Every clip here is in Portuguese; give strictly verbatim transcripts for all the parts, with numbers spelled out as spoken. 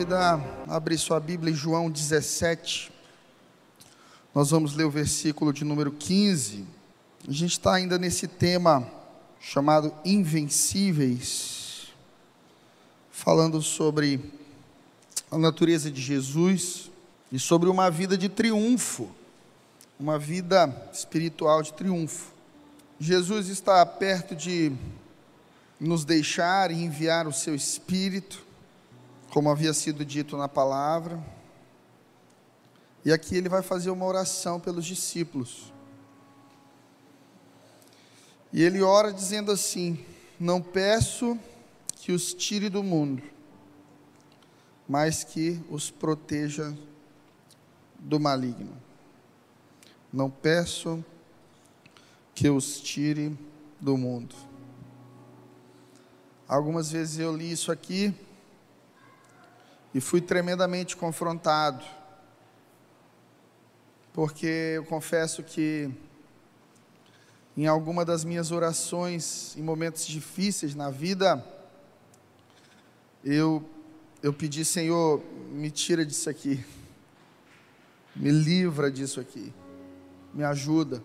convidar a abrir sua Bíblia em João dezessete. Nós vamos ler o versículo de número quinze. A gente está ainda nesse tema chamado Invencíveis, falando sobre a natureza de Jesus e sobre uma vida de triunfo, uma vida espiritual de triunfo. Jesus está perto de nos deixar e enviar o seu Espírito, como havia sido dito na palavra, e aqui ele vai fazer uma oração pelos discípulos, e ele ora dizendo assim: não peço que os tire do mundo, mas que os proteja do maligno. Não peço que os tire do mundo. Algumas vezes eu li isso aqui e fui tremendamente confrontado, porque eu confesso que em alguma das minhas orações, em momentos difíceis na vida, eu, eu pedi: Senhor, me tira disso aqui, me livra disso aqui, me ajuda.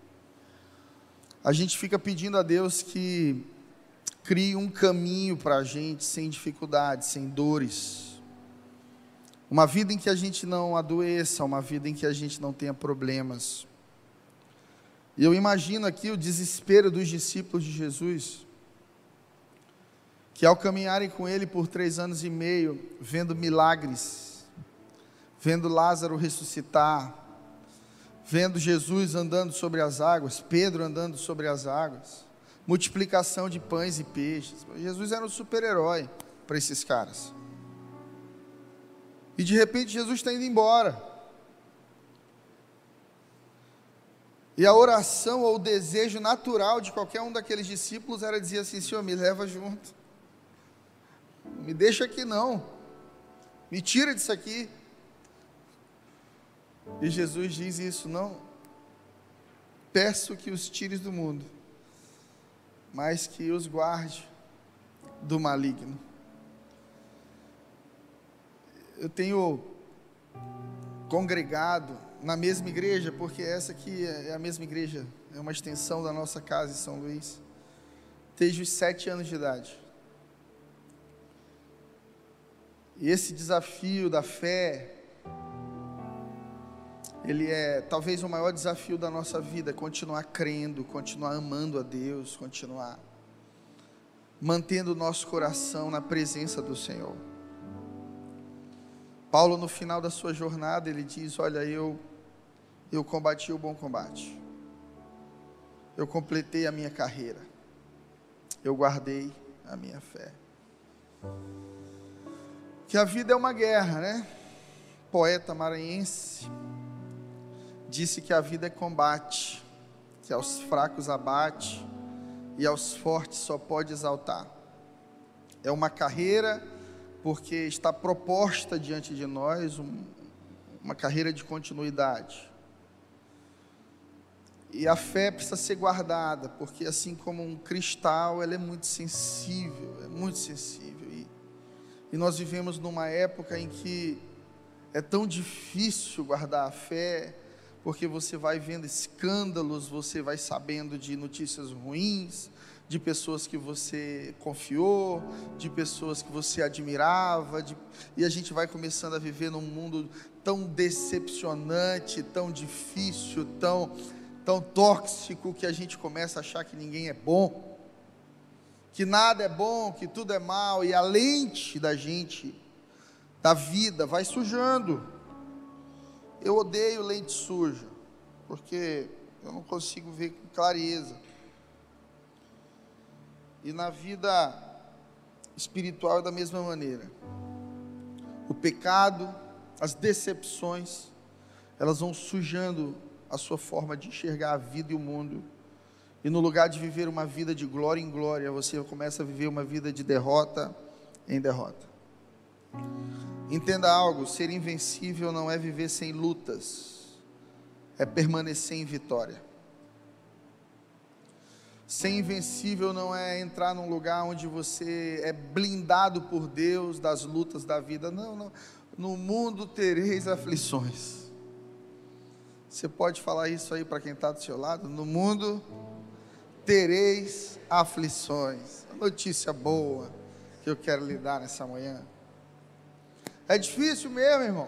A gente fica pedindo a Deus que crie um caminho para a gente sem dificuldades, sem dores, uma vida em que a gente não adoeça, uma vida em que a gente não tenha problemas. E eu imagino aqui o desespero dos discípulos de Jesus, que ao caminharem com Ele por três anos e meio, vendo milagres, vendo Lázaro ressuscitar, vendo Jesus andando sobre as águas, Pedro andando sobre as águas, multiplicação de pães e peixes. Jesus era um super-herói para esses caras. E de repente Jesus está indo embora. E a oração ou o desejo natural de qualquer um daqueles discípulos era dizer assim: Senhor, me leva junto, não me deixa aqui não, me tira disso aqui. E Jesus diz isso: não peço que os tires do mundo, mas que os guarde do maligno. Eu tenho congregado na mesma igreja, porque essa aqui é a mesma igreja, é uma extensão da nossa casa em São Luís, desde os sete anos de idade. E esse desafio da fé, ele é talvez o maior desafio da nossa vida: continuar crendo, continuar amando a Deus, continuar mantendo o nosso coração na presença do Senhor. Paulo, no final da sua jornada, ele diz: olha, eu, eu combati o bom combate, eu completei a minha carreira, eu guardei a minha fé. Que a vida é uma guerra, né? O poeta maranhense disse que a vida é combate, que aos fracos abate e aos fortes só pode exaltar. É uma carreira porque está proposta diante de nós um, uma carreira de continuidade. E a fé precisa ser guardada, porque assim como um cristal, ela é muito sensível, é muito sensível. E, e nós vivemos numa época em que é tão difícil guardar a fé, porque você vai vendo escândalos, você vai sabendo de notícias ruins, de pessoas que você confiou, de pessoas que você admirava, de, e a gente vai começando a viver num mundo tão decepcionante, tão difícil, tão, tão tóxico, que a gente começa a achar que ninguém é bom, que nada é bom, que tudo é mal, e a lente da gente, da vida, vai sujando. Eu odeio lente suja, porque eu não consigo ver com clareza. E na vida espiritual é da mesma maneira. O pecado, as decepções, elas vão sujando a sua forma de enxergar a vida e o mundo. E no lugar de viver uma vida de glória em glória, você começa a viver uma vida de derrota em derrota. Entenda algo: ser invencível não é viver sem lutas, é permanecer em vitória. Ser invencível não é entrar num lugar onde você é blindado por Deus das lutas da vida. Não, não. No mundo tereis aflições. Você pode falar isso aí para quem está do seu lado? No mundo tereis aflições. Notícia boa que eu quero lhe dar nessa manhã. É difícil mesmo, irmão.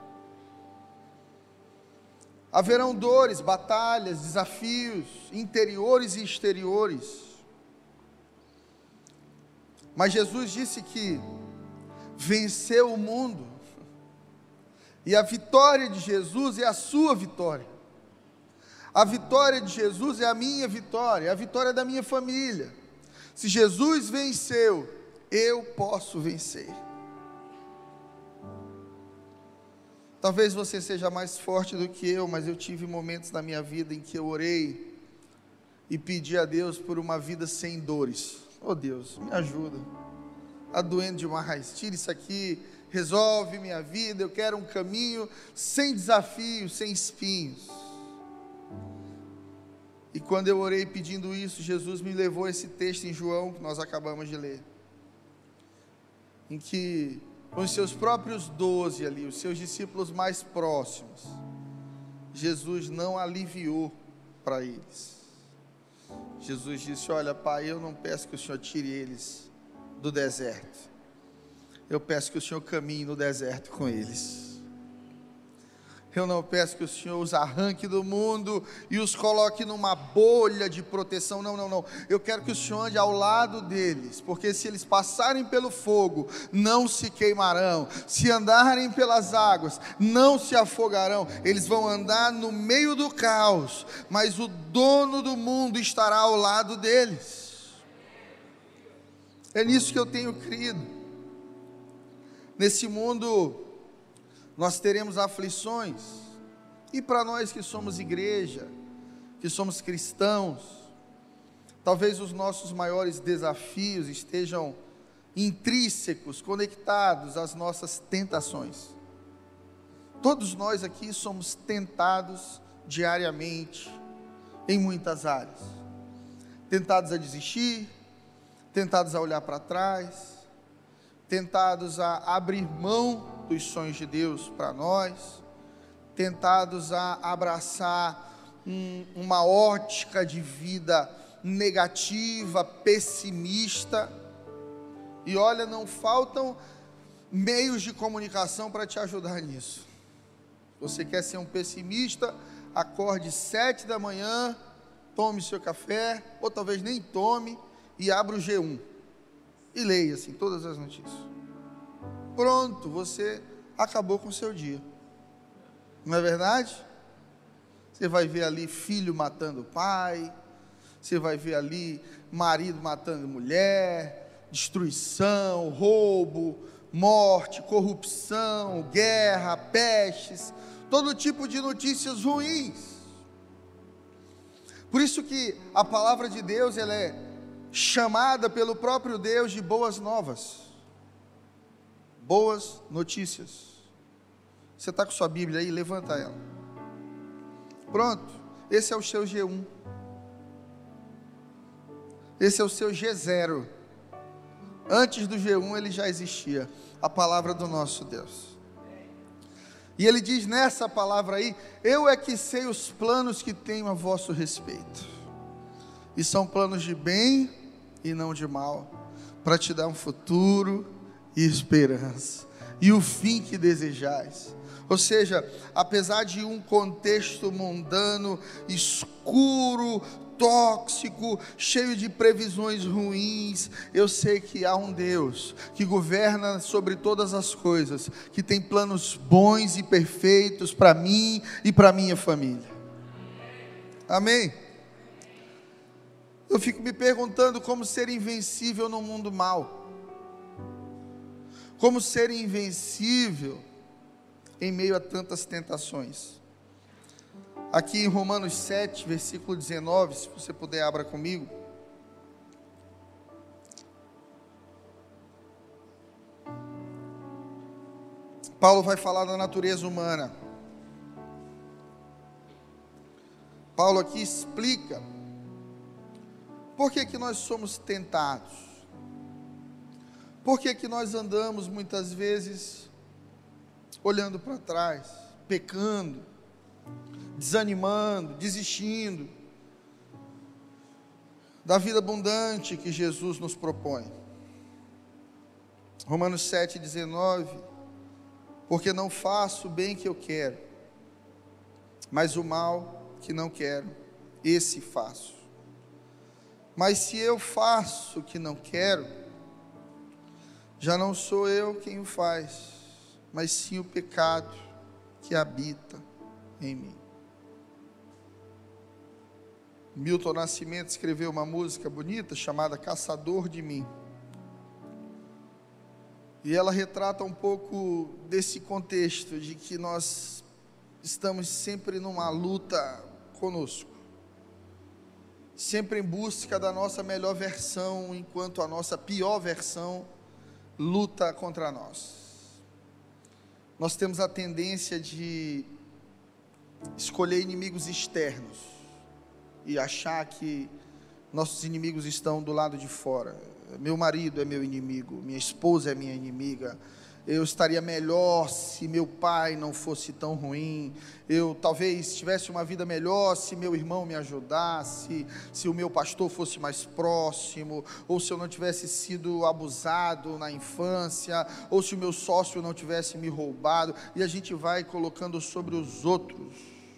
Haverão dores, batalhas, desafios, interiores e exteriores. Mas Jesus disse que venceu o mundo. E a vitória de Jesus é a sua vitória. A vitória de Jesus é a minha vitória, é a vitória da minha família. Se Jesus venceu, eu posso vencer. Talvez você seja mais forte do que eu, mas eu tive momentos na minha vida em que eu orei e pedi a Deus por uma vida sem dores. Oh Deus, me ajuda. Está doendo demais, tira isso aqui, resolve minha vida. Eu quero um caminho sem desafios, sem espinhos. E quando eu orei pedindo isso, Jesus me levou a esse texto em João, que nós acabamos de ler, em que com os seus próprios doze ali, os seus discípulos mais próximos, Jesus não aliviou para eles. Jesus disse: olha, Pai, eu não peço que o Senhor tire eles do deserto, eu peço que o Senhor caminhe no deserto com eles. Eu não peço que o Senhor os arranque do mundo e os coloque numa bolha de proteção, não, não, não, eu quero que o Senhor ande ao lado deles, porque se eles passarem pelo fogo, não se queimarão, se andarem pelas águas, não se afogarão, eles vão andar no meio do caos, mas o dono do mundo estará ao lado deles. É nisso que eu tenho crido. Nesse mundo nós teremos aflições, e para nós que somos igreja, que somos cristãos, talvez os nossos maiores desafios estejam intrínsecos, conectados às nossas tentações. Todos nós aqui somos tentados diariamente, em muitas áreas, tentados a desistir, tentados a olhar para trás, tentados a abrir mão dos sonhos de Deus para nós, tentados a abraçar um, uma ótica de vida negativa, pessimista. E olha, não faltam meios de comunicação para te ajudar nisso. Você quer ser um pessimista? Acorde sete da manhã, tome seu café, ou talvez nem tome, e abra o G um e leia assim todas as notícias. Pronto, você acabou com o seu dia, não é verdade? Você vai ver ali filho matando pai, você vai ver ali marido matando mulher, destruição, roubo, morte, corrupção, guerra, pestes, todo tipo de notícias ruins. Por isso que a palavra de Deus, ela é chamada pelo próprio Deus de boas novas, boas notícias. Você está com sua Bíblia aí? Levanta ela. Pronto, esse é o seu G um, esse é o seu G zero. Antes do G um ele já existia, a palavra do nosso Deus. E ele diz nessa palavra aí: eu é que sei os planos que tenho a vosso respeito, e são planos de bem e não de mal, para te dar um futuro e esperança, e o fim que desejais. Ou seja, apesar de um contexto mundano, escuro, tóxico, cheio de previsões ruins, eu sei que há um Deus que governa sobre todas as coisas, que tem planos bons e perfeitos para mim e para minha família. Amém? Eu fico me perguntando como ser invencível no mundo mau, como ser invencível em meio a tantas tentações. Aqui em Romanos sete, versículo dezenove, se você puder, abra comigo. Paulo vai falar da natureza humana. Paulo aqui explica Por que que nós somos tentados? Por que que nós andamos muitas vezes olhando para trás, pecando, desanimando, desistindo da vida abundante que Jesus nos propõe? Romanos sete, dezenove, porque não faço o bem que eu quero, mas o mal que não quero, esse faço. Mas se eu faço o que não quero, já não sou eu quem o faz, mas sim o pecado que habita em mim. Milton Nascimento escreveu uma música bonita chamada Caçador de Mim. E ela retrata um pouco desse contexto de que nós estamos sempre numa luta conosco, sempre em busca da nossa melhor versão, enquanto a nossa pior versão luta contra nós. Nós temos a tendência de escolher inimigos externos e achar que nossos inimigos estão do lado de fora. Meu marido é meu inimigo, minha esposa é minha inimiga, eu estaria melhor se meu pai não fosse tão ruim, eu talvez tivesse uma vida melhor se meu irmão me ajudasse, se o meu pastor fosse mais próximo, ou se eu não tivesse sido abusado na infância, ou se o meu sócio não tivesse me roubado, e a gente vai colocando sobre os outros.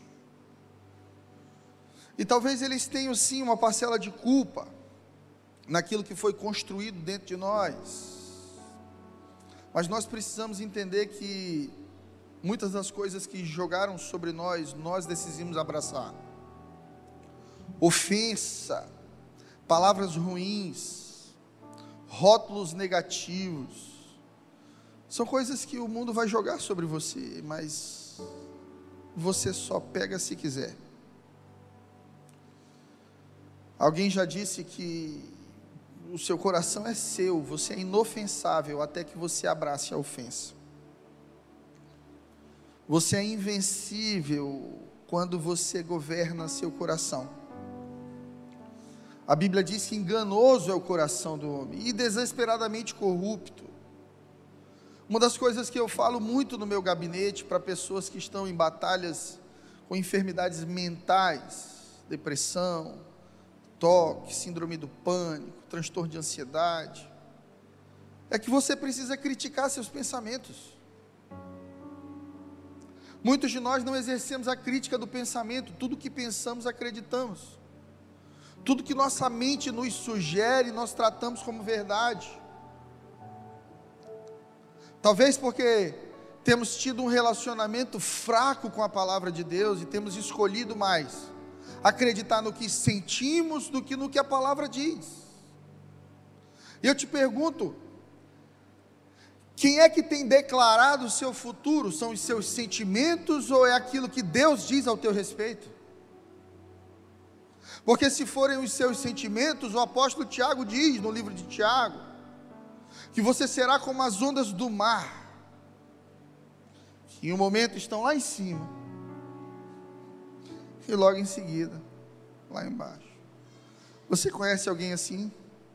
E talvez eles tenham sim uma parcela de culpa naquilo que foi construído dentro de nós, mas nós precisamos entender que muitas das coisas que jogaram sobre nós, nós decidimos abraçar. Ofensa, palavras ruins, rótulos negativos, são coisas que o mundo vai jogar sobre você, mas você só pega se quiser. Alguém já disse que o seu coração é seu, você é inofensável até que você abrace a ofensa. Você é invencível quando você governa seu coração. A Bíblia diz que enganoso é o coração do homem e desesperadamente corrupto. Uma das coisas que eu falo muito no meu gabinete para pessoas que estão em batalhas com enfermidades mentais, depressão, toque, síndrome do pânico, transtorno de ansiedade, é que você precisa criticar seus pensamentos. Muitos de nós não exercemos a crítica do pensamento, tudo que pensamos acreditamos, tudo que nossa mente nos sugere, nós tratamos como verdade. Talvez porque temos tido um relacionamento fraco com a palavra de Deus e temos escolhido mais acreditar no que sentimos do que no que a palavra diz. E eu te pergunto, quem é que tem declarado o seu futuro? São os seus sentimentos ou é aquilo que Deus diz ao teu respeito? Porque se forem os seus sentimentos, o apóstolo Tiago diz no livro de Tiago, que você será como as ondas do mar, que em um momento estão lá em cima, e logo em seguida, lá embaixo. Você conhece alguém assim?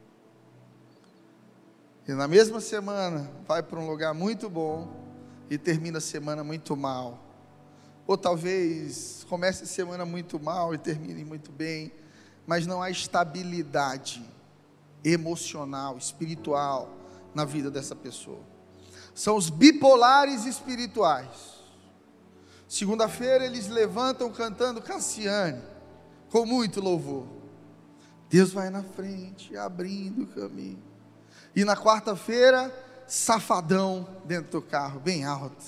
E na mesma semana, vai para um lugar muito bom, e termina a semana muito mal. Ou talvez, comece a semana muito mal, e termine muito bem, mas não há estabilidade emocional, espiritual, na vida dessa pessoa. São os bipolares espirituais. Segunda-feira eles levantam cantando Cassiane, com muito louvor. Deus vai na frente, abrindo o caminho. E na quarta-feira, safadão dentro do carro, bem alto.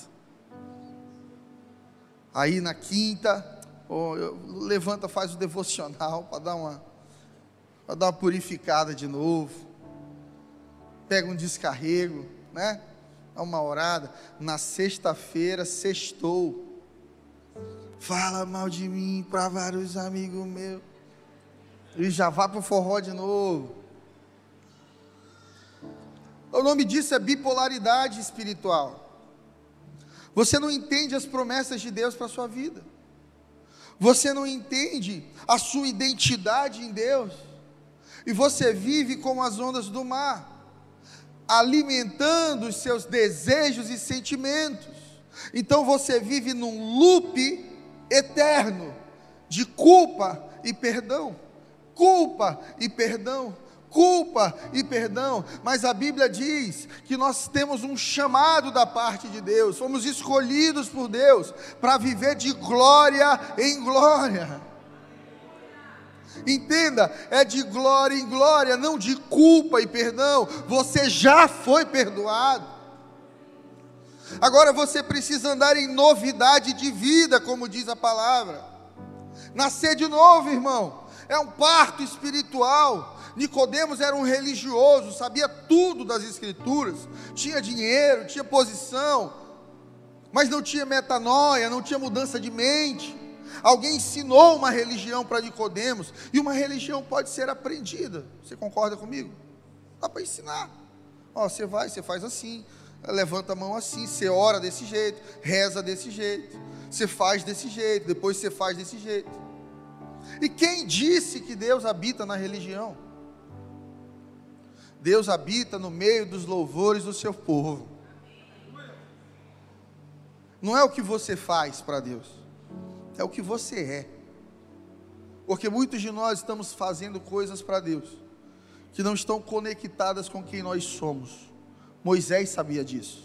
Aí na quinta, oh, levanta, faz o devocional para dar uma, para dar uma purificada de novo. Pega um descarrego, né? Dá uma orada. Na sexta-feira, sextou. Fala mal de mim para vários amigos meus. E já vai para o forró de novo. O nome disso é bipolaridade espiritual. Você não entende as promessas de Deus para a sua vida. Você não entende a sua identidade em Deus. E você vive como as ondas do mar, alimentando os seus desejos e sentimentos. Então você vive num loop eterno de culpa e perdão, culpa e perdão, culpa e perdão. Mas a Bíblia diz que nós temos um chamado da parte de Deus, fomos escolhidos por Deus para viver de glória em glória. Entenda, é de glória em glória, não de culpa e perdão. Você já foi perdoado. Agora você precisa andar em novidade de vida, como diz a palavra. Nascer de novo, irmão, é um parto espiritual. Nicodemos era um religioso, sabia tudo das escrituras, tinha dinheiro, tinha posição, mas não tinha metanoia, não tinha mudança de mente. Alguém ensinou uma religião para Nicodemos, e uma religião pode ser aprendida. Você concorda comigo? Dá para ensinar. Ó, você vai, você faz assim, levanta a mão assim, você ora desse jeito, reza desse jeito, você faz desse jeito, depois você faz desse jeito. E quem disse que Deus habita na religião? Deus habita no meio dos louvores do seu povo. Não é o que você faz para Deus, é o que você é. Porque muitos de nós estamos fazendo coisas para Deus que não estão conectadas com quem nós somos. Moisés sabia disso.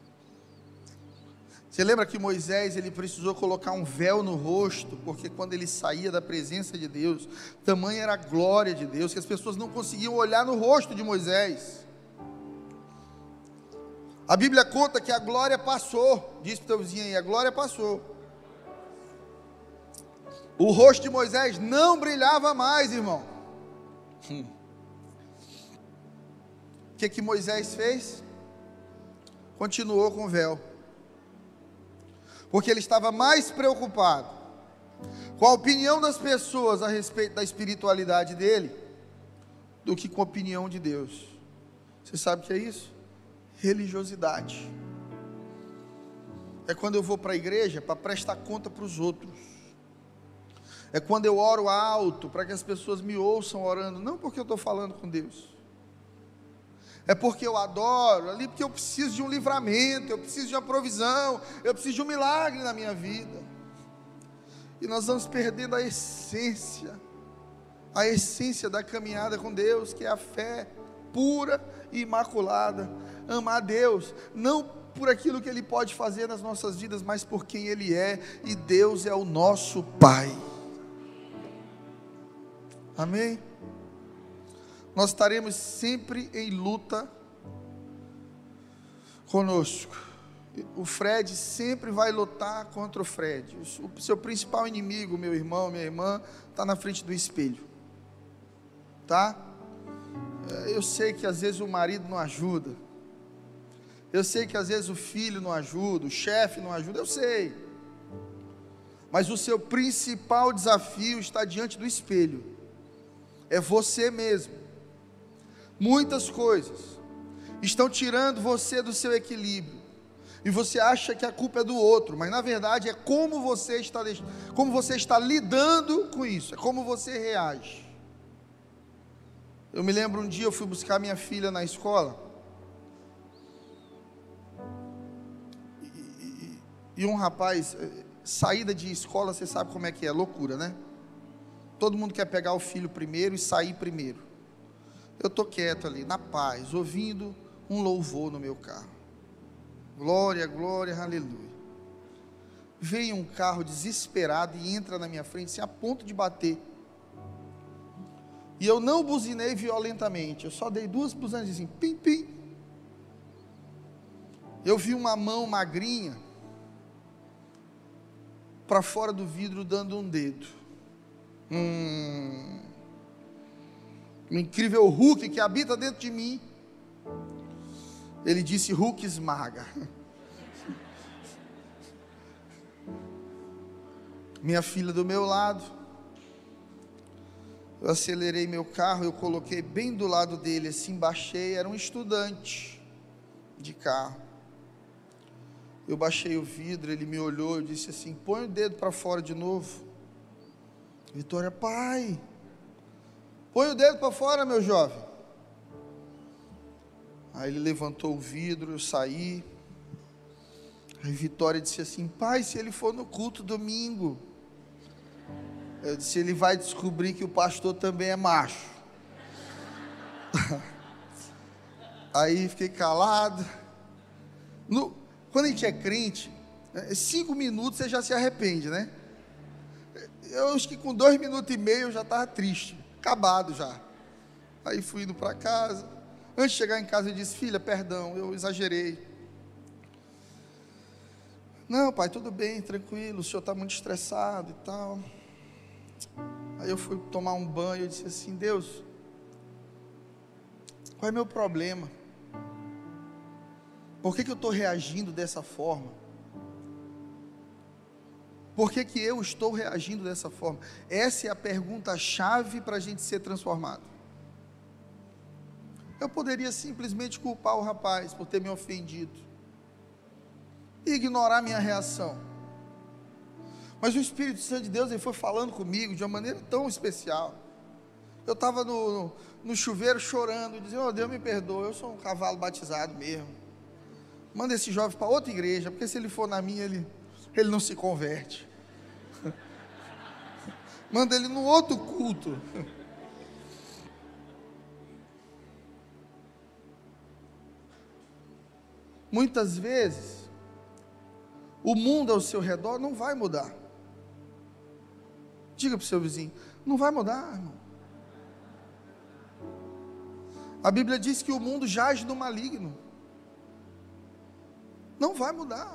Você lembra que Moisés, ele precisou colocar um véu no rosto, porque quando ele saía da presença de Deus, tamanha era a glória de Deus, que as pessoas não conseguiam olhar no rosto de Moisés. A Bíblia conta que a glória passou. Diz para o teu vizinho aí, a glória passou. O rosto de Moisés não brilhava mais, irmão. Hum. O que que Moisés fez? Continuou com o véu, porque ele estava mais preocupado com a opinião das pessoas a respeito da espiritualidade dele, do que com a opinião de Deus. Você sabe o que é isso? Religiosidade. É quando eu vou para a igreja para prestar conta para os outros. É quando eu oro alto para que as pessoas me ouçam orando, não porque eu estou falando com Deus. É porque eu adoro ali, porque eu preciso de um livramento, eu preciso de uma provisão, eu preciso de um milagre na minha vida. E nós vamos perdendo a essência, a essência da caminhada com Deus, que é a fé pura e imaculada. Amar a Deus, não por aquilo que Ele pode fazer nas nossas vidas, mas por quem Ele é, e Deus é o nosso Pai. Amém? Nós estaremos sempre em luta conosco. O Fred sempre vai lutar contra o Fred. O seu principal inimigo, meu irmão, minha irmã, está na frente do espelho. Tá? Eu sei que às vezes o marido não ajuda. Eu sei que às vezes o filho não ajuda, o chefe não ajuda, eu sei. Mas o seu principal desafio está diante do espelho. É você mesmo. Muitas coisas estão tirando você do seu equilíbrio, e você acha que a culpa é do outro, mas na verdade é como você está, como você está lidando com isso, é como você reage. Eu me lembro um dia, eu fui buscar minha filha na escola, e, e, e um rapaz, saída de escola, você sabe como é que é, loucura, né? Todo mundo quer pegar o filho primeiro e sair primeiro. Eu estou quieto ali, na paz, ouvindo um louvor no meu carro. Glória, glória, aleluia. Vem um carro desesperado e entra na minha frente, assim, a ponto de bater. E eu não buzinei violentamente, eu só dei duas buzinas assim, pim, pim. Eu vi uma mão magrinha para fora do vidro dando um dedo. Hum... O incrível Hulk que habita dentro de mim. Ele disse: Hulk esmaga. Minha filha do meu lado. Eu acelerei meu carro, eu coloquei bem do lado dele, assim, baixei. Era um estudante de carro. Eu baixei o vidro, ele me olhou e disse assim: põe o dedo para fora de novo. Vitória, pai, Põe o dedo para fora, meu jovem. Aí ele levantou o vidro, eu saí. Aí Vitória disse assim: pai, se ele for no culto domingo, eu disse, ele vai descobrir que o pastor também é macho. Aí fiquei calado. No, quando a gente é crente, cinco minutos você já se arrepende, né? Eu acho que com dois minutos e meio eu já estava triste, acabado já. Aí fui indo para casa. Antes de chegar em casa eu disse: filha, perdão, eu exagerei. Não, pai, tudo bem, tranquilo, o senhor está muito estressado e tal. Aí eu fui tomar um banho e disse assim: Deus, qual é meu problema? Por que que eu estou reagindo dessa forma? Por que que eu estou reagindo dessa forma? Essa é a pergunta-chave para a gente ser transformado. Eu poderia simplesmente culpar o rapaz por ter me ofendido e ignorar minha reação. Mas o Espírito Santo de Deus, ele foi falando comigo de uma maneira tão especial. Eu estava no, no, no chuveiro chorando, dizendo: oh, Deus me perdoa, eu sou um cavalo batizado mesmo. Manda esse jovem para outra igreja, porque se ele for na minha, ele, ele não se converte. Manda ele no outro culto. Muitas vezes, o mundo ao seu redor não vai mudar. Diga para o seu vizinho: não vai mudar, irmão. A Bíblia diz que o mundo jaz no maligno. Não vai mudar.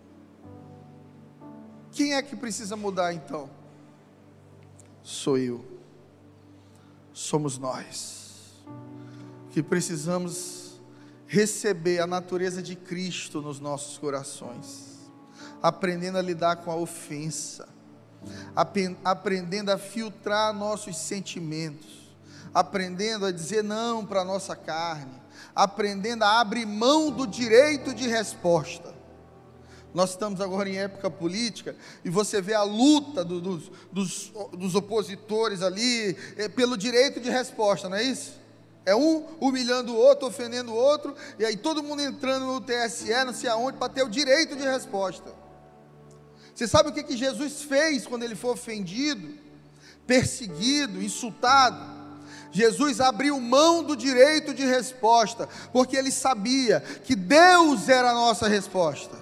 Quem é que precisa mudar então? Sou eu. Somos nós que precisamos receber a natureza de Cristo nos nossos corações, aprendendo a lidar com a ofensa, aprendendo a filtrar nossos sentimentos, aprendendo a dizer não para a nossa carne, aprendendo a abrir mão do direito de resposta. Nós estamos agora em época política, e você vê a luta do, dos, dos, dos opositores ali, é, pelo direito de resposta, não é isso? É um humilhando o outro, ofendendo o outro, e aí todo mundo entrando no T S E, não sei aonde, para ter o direito de resposta. Você sabe o que, que Jesus fez quando ele foi ofendido, perseguido, insultado? Jesus abriu mão do direito de resposta, porque ele sabia que Deus era a nossa resposta.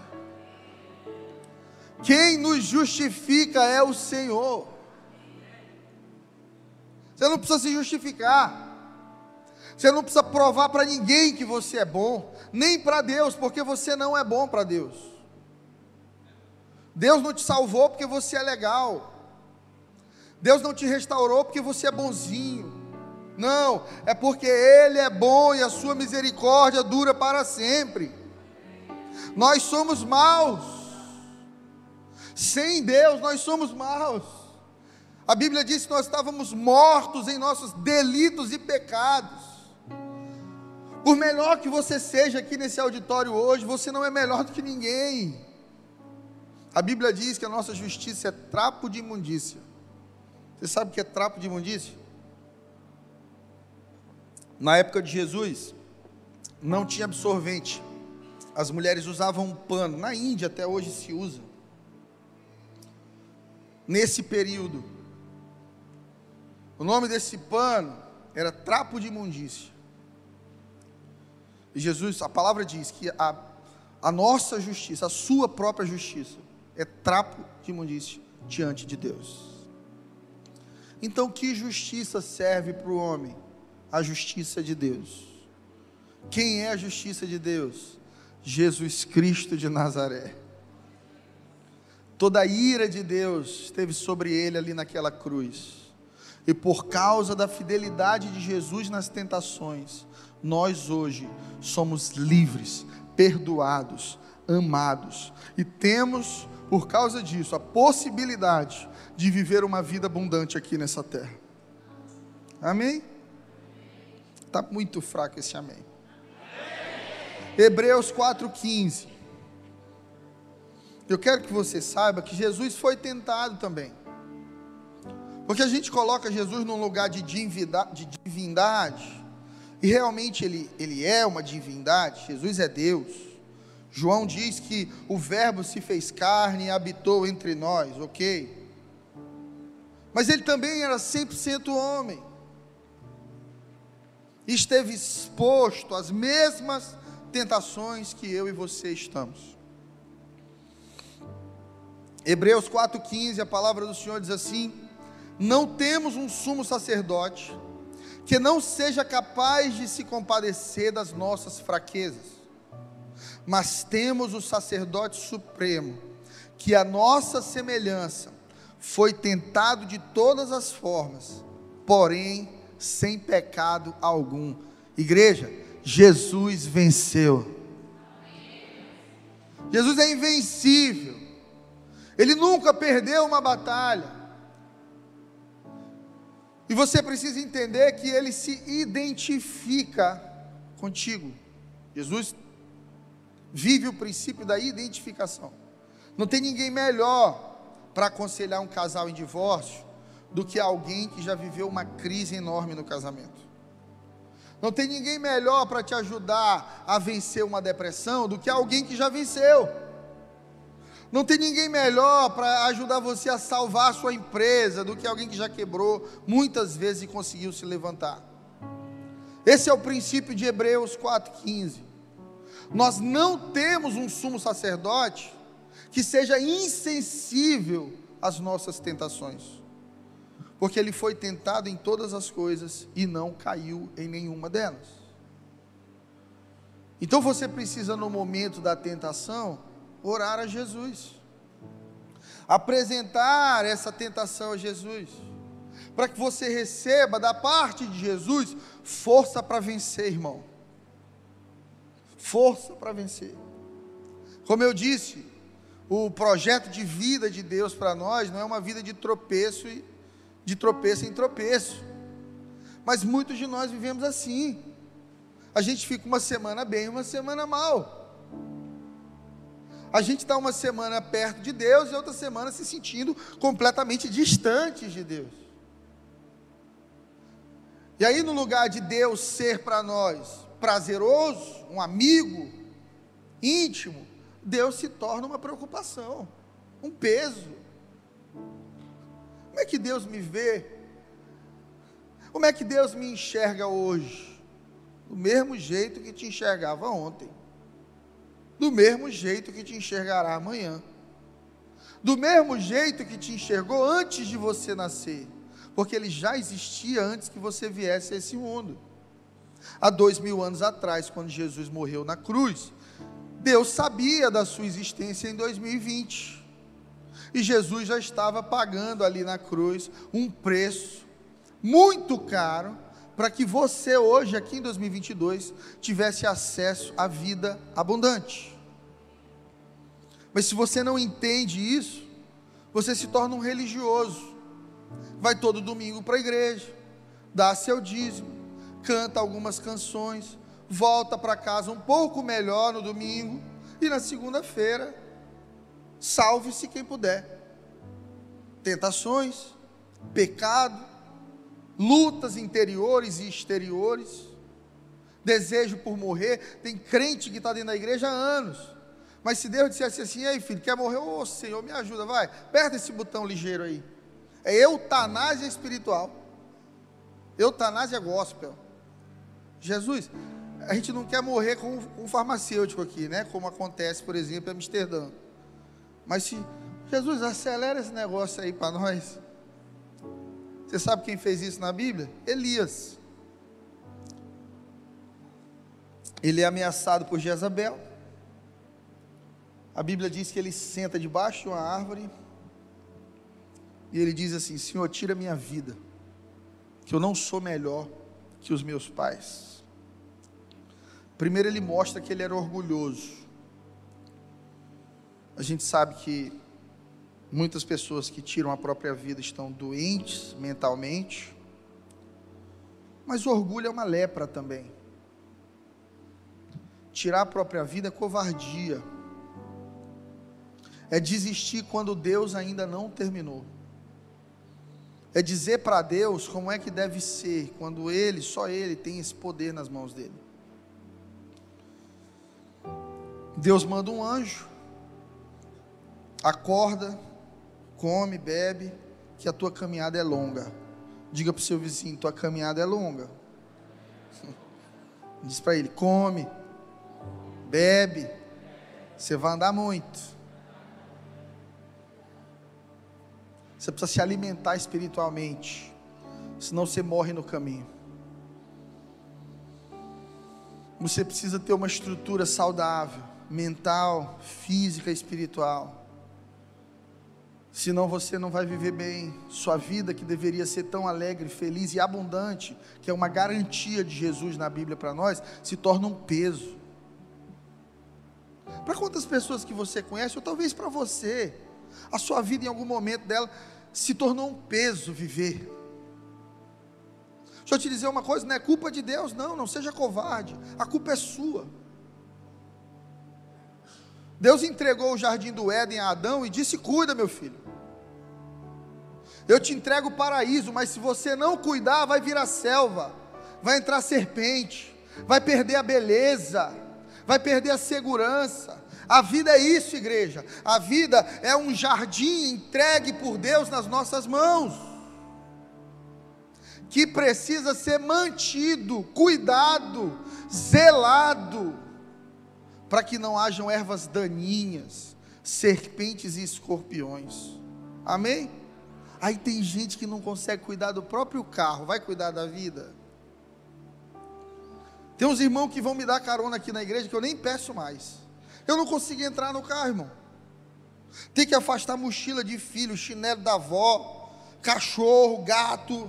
Quem nos justifica é o Senhor. Você não precisa se justificar. Você não precisa provar para ninguém que você é bom, nem para Deus, porque você não é bom para Deus. Deus não te salvou porque você é legal. Deus não te restaurou porque você é bonzinho. Não, é porque Ele é bom e a sua misericórdia dura para sempre. Nós somos maus. Sem Deus nós somos maus. A Bíblia diz que nós estávamos mortos em nossos delitos e pecados. Por melhor que você seja aqui nesse auditório hoje, você não é melhor do que ninguém. A Bíblia diz que a nossa justiça é trapo de imundícia. Você sabe o que é trapo de imundícia? Na época de Jesus, não tinha absorvente. As mulheres usavam um pano. Na Índia até hoje se usa. Nesse período, o nome desse pano era trapo de imundícia. E Jesus, a palavra diz que a, a nossa justiça, a sua própria justiça, é trapo de imundícia diante de Deus. Então, que justiça serve para o homem? A justiça de Deus. Quem é a justiça de Deus? Jesus Cristo de Nazaré. Toda a ira de Deus esteve sobre ele ali naquela cruz, e por causa da fidelidade de Jesus nas tentações, nós hoje somos livres, perdoados, amados, e temos, por causa disso, a possibilidade de viver uma vida abundante aqui nessa terra. Amém? Está muito fraco esse amém. Hebreus quatro, quinze. Eu quero que você saiba que Jesus foi tentado também. Porque a gente coloca Jesus num lugar de divindade, de divindade, e realmente ele, ele é uma divindade. Jesus é Deus. João diz que o verbo se fez carne e habitou entre nós, ok? Mas ele também era cem por cento homem, e esteve exposto às mesmas tentações que eu e você estamos. Hebreus quatro quinze, a palavra do Senhor diz assim: não temos um sumo sacerdote que não seja capaz de se compadecer das nossas fraquezas, mas temos o sacerdote supremo, que a nossa semelhança foi tentado de todas as formas, porém sem pecado algum. Igreja, Jesus venceu. Jesus é invencível. Ele nunca perdeu uma batalha. E você precisa entender que ele se identifica contigo. Jesus vive o princípio da identificação. Não tem ninguém melhor para aconselhar um casal em divórcio do que alguém que já viveu uma crise enorme no casamento. Não tem ninguém melhor para te ajudar a vencer uma depressão do que alguém que já venceu. Não tem ninguém melhor para ajudar você a salvar a sua empresa do que alguém que já quebrou muitas vezes e conseguiu se levantar. Esse é o princípio de Hebreus quatro quinze. Nós não temos um sumo sacerdote que seja insensível às nossas tentações, porque ele foi tentado em todas as coisas e não caiu em nenhuma delas. Então você precisa, no momento da tentação, orar a Jesus, apresentar essa tentação a Jesus, para que você receba da parte de Jesus força para vencer, irmão, força para vencer. Como eu disse, o projeto de vida de Deus para nós não é uma vida de tropeço e de tropeço em tropeço, mas muitos de nós vivemos assim. A gente fica uma semana bem, uma semana mal. A gente está uma semana perto de Deus e outra semana se sentindo completamente distantes de Deus. E aí, no lugar de Deus ser para nós prazeroso, um amigo íntimo, Deus se torna uma preocupação, um peso. Como é que Deus me vê? Como é que Deus me enxerga hoje? Do mesmo jeito que te enxergava ontem, do mesmo jeito que te enxergará amanhã, do mesmo jeito que te enxergou antes de você nascer, porque Ele já existia antes que você viesse a esse mundo. Há dois mil anos atrás, quando Jesus morreu na cruz, Deus sabia da sua existência em dois mil e vinte, e Jesus já estava pagando ali na cruz um preço muito caro, para que você hoje, aqui em dois mil e vinte e dois, tivesse acesso à vida abundante. Mas se você não entende isso, você se torna um religioso, vai todo domingo para a igreja, dá seu dízimo, canta algumas canções, volta para casa um pouco melhor no domingo, e na segunda-feira, salve-se quem puder. Tentações, pecado, lutas interiores e exteriores, desejo por morrer. Tem crente que está dentro da igreja há anos, mas se Deus dissesse assim: ei filho, quer morrer? Ô Senhor, me ajuda, vai, aperta esse botão ligeiro aí. É eutanásia espiritual, eutanásia gospel. Jesus, a gente não quer morrer com um farmacêutico aqui, né, como acontece, por exemplo, em Amsterdã, mas se Jesus, acelera esse negócio aí para nós. Você sabe quem fez isso na Bíblia? Elias. Ele é ameaçado por Jezabel. A Bíblia diz que ele senta debaixo de uma árvore e ele diz assim: Senhor, tira minha vida, que eu não sou melhor que os meus pais. Primeiro ele mostra que ele era orgulhoso. A gente sabe que muitas pessoas que tiram a própria vida estão doentes mentalmente, mas o orgulho é uma lepra também. Tirar a própria vida é covardia, é desistir quando Deus ainda não terminou. é dizer para Deus como é que deve ser, quando Ele, só Ele, tem esse poder nas mãos dele. Deus manda um anjo, acorda, come, bebe, que a tua caminhada é longa. Diga para o seu vizinho, tua caminhada é longa. Diz para ele, come, bebe, você vai andar muito. Você precisa se alimentar espiritualmente, senão você morre no caminho. Você precisa ter uma estrutura saudável, mental, física e espiritual. Senão você não vai viver bem. Sua vida, que deveria ser tão alegre, feliz e abundante, que é uma garantia de Jesus na Bíblia para nós, se torna um peso. Para quantas pessoas que você conhece, ou talvez para você, a sua vida em algum momento dela se tornou um peso viver. Deixa eu te dizer uma coisa, não é culpa de Deus, não, não seja covarde, a culpa é sua. Deus entregou o jardim do Éden a Adão e disse, cuida meu filho, eu te entrego o paraíso, mas se você não cuidar, vai virar selva, vai entrar serpente, vai perder a beleza, vai perder a segurança. A vida é isso, igreja, a vida é um jardim entregue por Deus nas nossas mãos, que precisa ser mantido, cuidado, zelado, para que não hajam ervas daninhas, serpentes e escorpiões. Amém? Aí tem gente que não consegue cuidar do próprio carro, vai cuidar da vida? Tem uns irmãos que vão me dar carona aqui na igreja, que eu nem peço mais. Eu não consegui entrar no carro, irmão. Tem que afastar mochila de filho, chinelo da avó, cachorro, gato.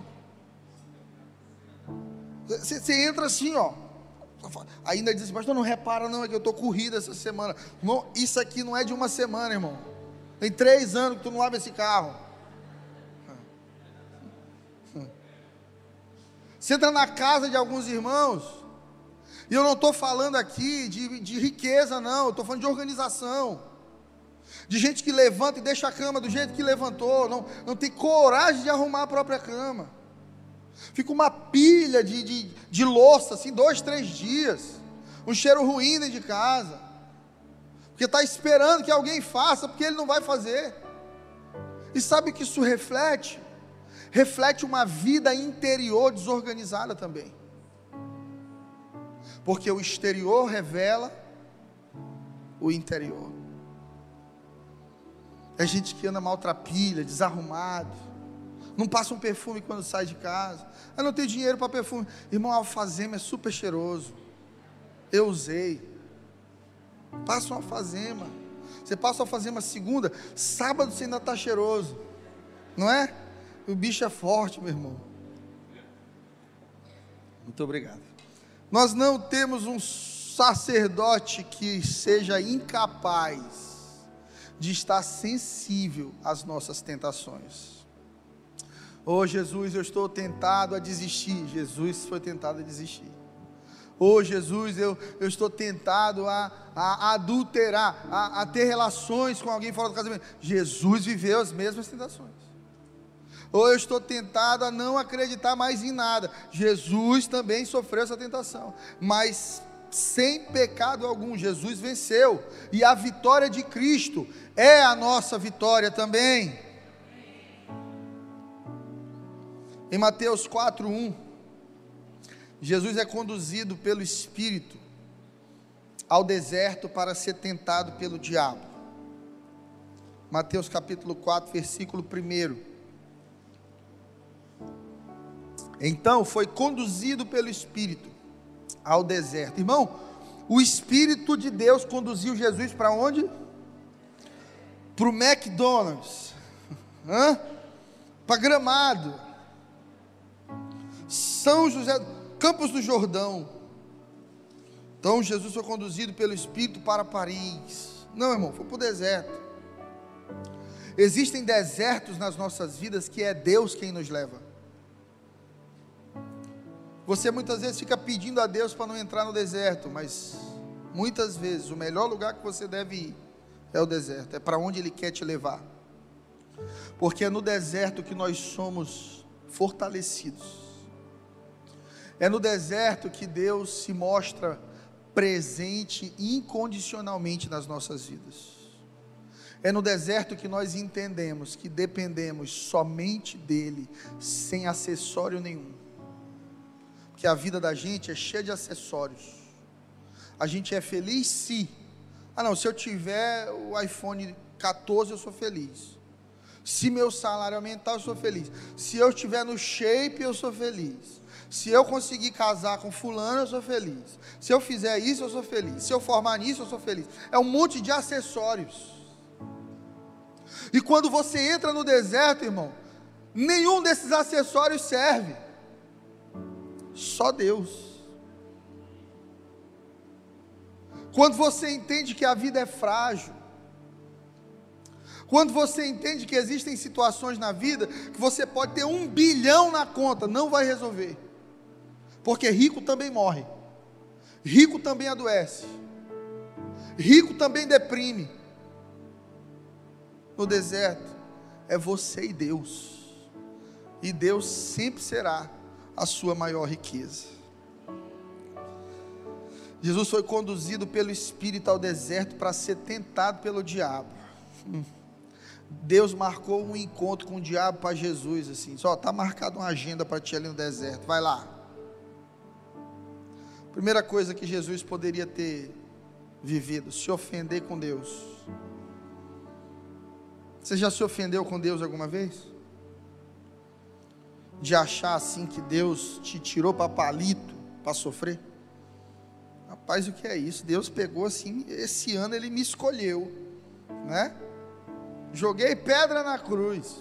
Você entra assim, ó. Ainda diz assim, pastor, não repara não, é que eu estou corrida essa semana. Irmão, isso aqui não é de uma semana, irmão. Tem três anos que tu não lava esse carro. Você entra na casa de alguns irmãos, e eu não estou falando aqui de, de riqueza não, eu estou falando de organização, de gente que levanta e deixa a cama do jeito que levantou, não, não tem coragem de arrumar a própria cama, fica uma pilha de, de, de louça, assim, dois, três dias, um cheiro ruim dentro de casa, porque está esperando que alguém faça, porque ele não vai fazer. E sabe o que isso reflete? Reflete uma vida interior desorganizada também, porque o exterior revela o interior. É gente que anda maltrapilha, desarrumado, não passa um perfume quando sai de casa. Eu não tenho dinheiro para perfume. Irmão, alfazema é super cheiroso, eu usei. Passa uma alfazema, você passa uma alfazema segunda, sábado você ainda está cheiroso, não é? O bicho é forte, meu irmão. Muito obrigado. Nós não temos um sacerdote que seja incapaz de estar sensível às nossas tentações. Oh Jesus, eu estou tentado a desistir. Jesus foi tentado a desistir. Oh Jesus, eu, eu estou tentado a, a adulterar, a, a ter relações com alguém fora do casamento. Jesus viveu as mesmas tentações. Ou eu estou tentado a não acreditar mais em nada. Jesus também sofreu essa tentação, mas sem pecado algum, Jesus venceu, e a vitória de Cristo é a nossa vitória também. Em Mateus quatro, um, Jesus é conduzido pelo Espírito ao deserto para ser tentado pelo diabo. Mateus capítulo quatro, versículo um. Então foi conduzido pelo Espírito ao deserto. Irmão, o Espírito de Deus conduziu Jesus para onde? Para o McDonald's, para Gramado, São José, Campos do Jordão. Então Jesus foi conduzido pelo Espírito para Paris. Não, irmão, foi para o deserto. Existem desertos nas nossas vidas que é Deus quem nos leva. Você muitas vezes fica pedindo a Deus para não entrar no deserto, mas muitas vezes o melhor lugar que você deve ir é o deserto, é para onde Ele quer te levar. porque é no deserto que nós somos fortalecidos. É no deserto que Deus se mostra presente incondicionalmente nas nossas vidas. É no deserto que nós entendemos que dependemos somente dEle, sem acessório nenhum. Porque a vida da gente é cheia de acessórios. A gente é feliz se, ah não, se eu tiver o iPhone quatorze eu sou feliz. Se meu salário aumentar eu sou feliz. Se eu estiver no shape eu sou feliz. Se eu conseguir casar com fulano eu sou feliz. Se eu fizer isso eu sou feliz. Se eu formar nisso eu sou feliz. É um monte de acessórios. E quando você entra no deserto, irmão, nenhum desses acessórios serve. Só Deus. Quando você entende que a vida é frágil, quando você entende que existem situações na vida que você pode ter um bilhão na conta, não vai resolver, porque rico também morre, rico também adoece, rico também deprime. No deserto é você e Deus, e Deus sempre será a sua maior riqueza. Jesus foi conduzido pelo Espírito ao deserto para ser tentado pelo diabo. Hum. Deus marcou um encontro com o diabo para Jesus, assim, só está marcado uma agenda para ti ali no deserto, vai lá. Primeira coisa que Jesus poderia ter vivido, se ofender com Deus. Você já se ofendeu com Deus alguma vez? De achar assim que Deus te tirou para palito, para sofrer? Rapaz, o que é isso? Deus pegou assim, esse ano Ele me escolheu, né? Joguei pedra na cruz.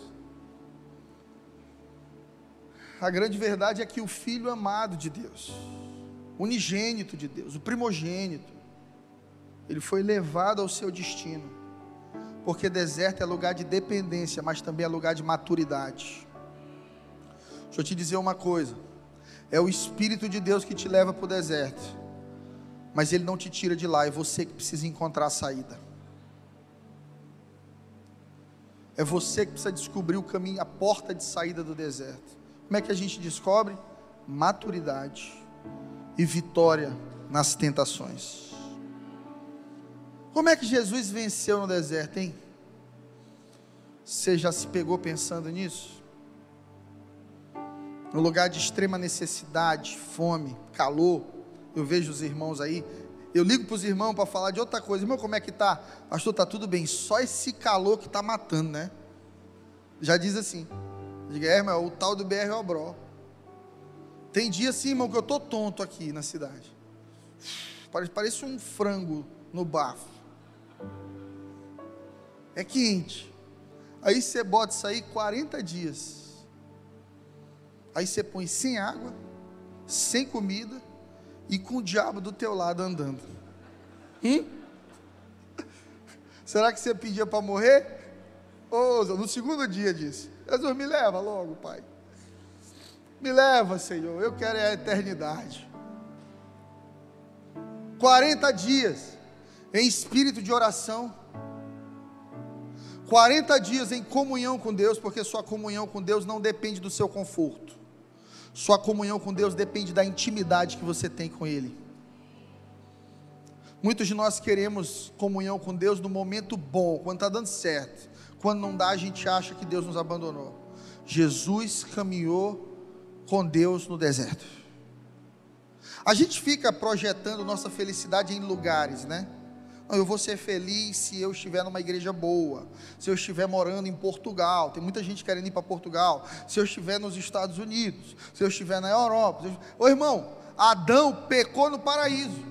A grande verdade é que o Filho amado de Deus, unigênito de Deus, o primogênito, ele foi levado ao seu destino, porque deserto é lugar de dependência, mas também é lugar de maturidade. Deixa eu te dizer uma coisa, é o Espírito de Deus que te leva para o deserto, mas Ele não te tira de lá, é você que precisa encontrar a saída, é você que precisa descobrir o caminho, a porta de saída do deserto. Como é que a gente descobre? Maturidade e vitória nas tentações. Como é que Jesus venceu no deserto, hein? Você já se pegou pensando nisso? No lugar de extrema necessidade, fome, calor, eu vejo os irmãos aí, eu ligo para os irmãos para falar de outra coisa. Irmão, como é que está? Pastor, está tudo bem, só esse calor que está matando, né? Já diz assim, diga, é, irmão, o tal do B R Obró. Tem dia assim, irmão, que eu estou tonto aqui na cidade, parece, parece um frango no bafo, é quente, aí você bota isso aí quarenta dias, aí você põe sem água, sem comida, e com o diabo do teu lado andando. Hum? Será que você pedia para morrer? Oh, no segundo dia disse, Jesus, me leva logo, Pai, me leva, Senhor, eu quero a eternidade. quarenta dias em espírito de oração, quarenta dias em comunhão com Deus, porque sua comunhão com Deus não depende do seu conforto, sua comunhão com Deus depende da intimidade que você tem com Ele. Muitos de nós queremos comunhão com Deus no momento bom, quando está dando certo, quando não dá a gente acha que Deus nos abandonou. Jesus caminhou com Deus no deserto. A gente fica projetando nossa felicidade em lugares, né? Não, eu vou ser feliz se eu estiver numa igreja boa, se eu estiver morando em Portugal, tem muita gente querendo ir para Portugal, se eu estiver nos Estados Unidos, se eu estiver na Europa. Eu... Ô irmão, Adão pecou no paraíso,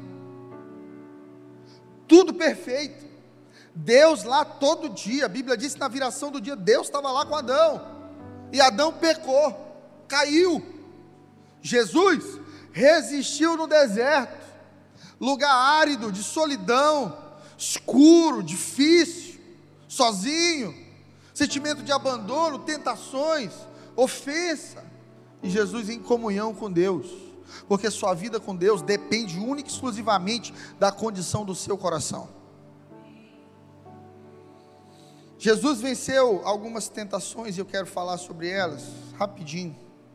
tudo perfeito, Deus lá todo dia, a Bíblia diz que na viração do dia, Deus estava lá com Adão, e Adão pecou, caiu. Jesus resistiu no deserto, lugar árido, de solidão, escuro, difícil, sozinho, sentimento de abandono, tentações, ofensa, e Jesus em comunhão com Deus, porque sua vida com Deus depende única e exclusivamente da condição do seu coração. Jesus venceu algumas tentações e eu quero falar sobre elas rapidinho.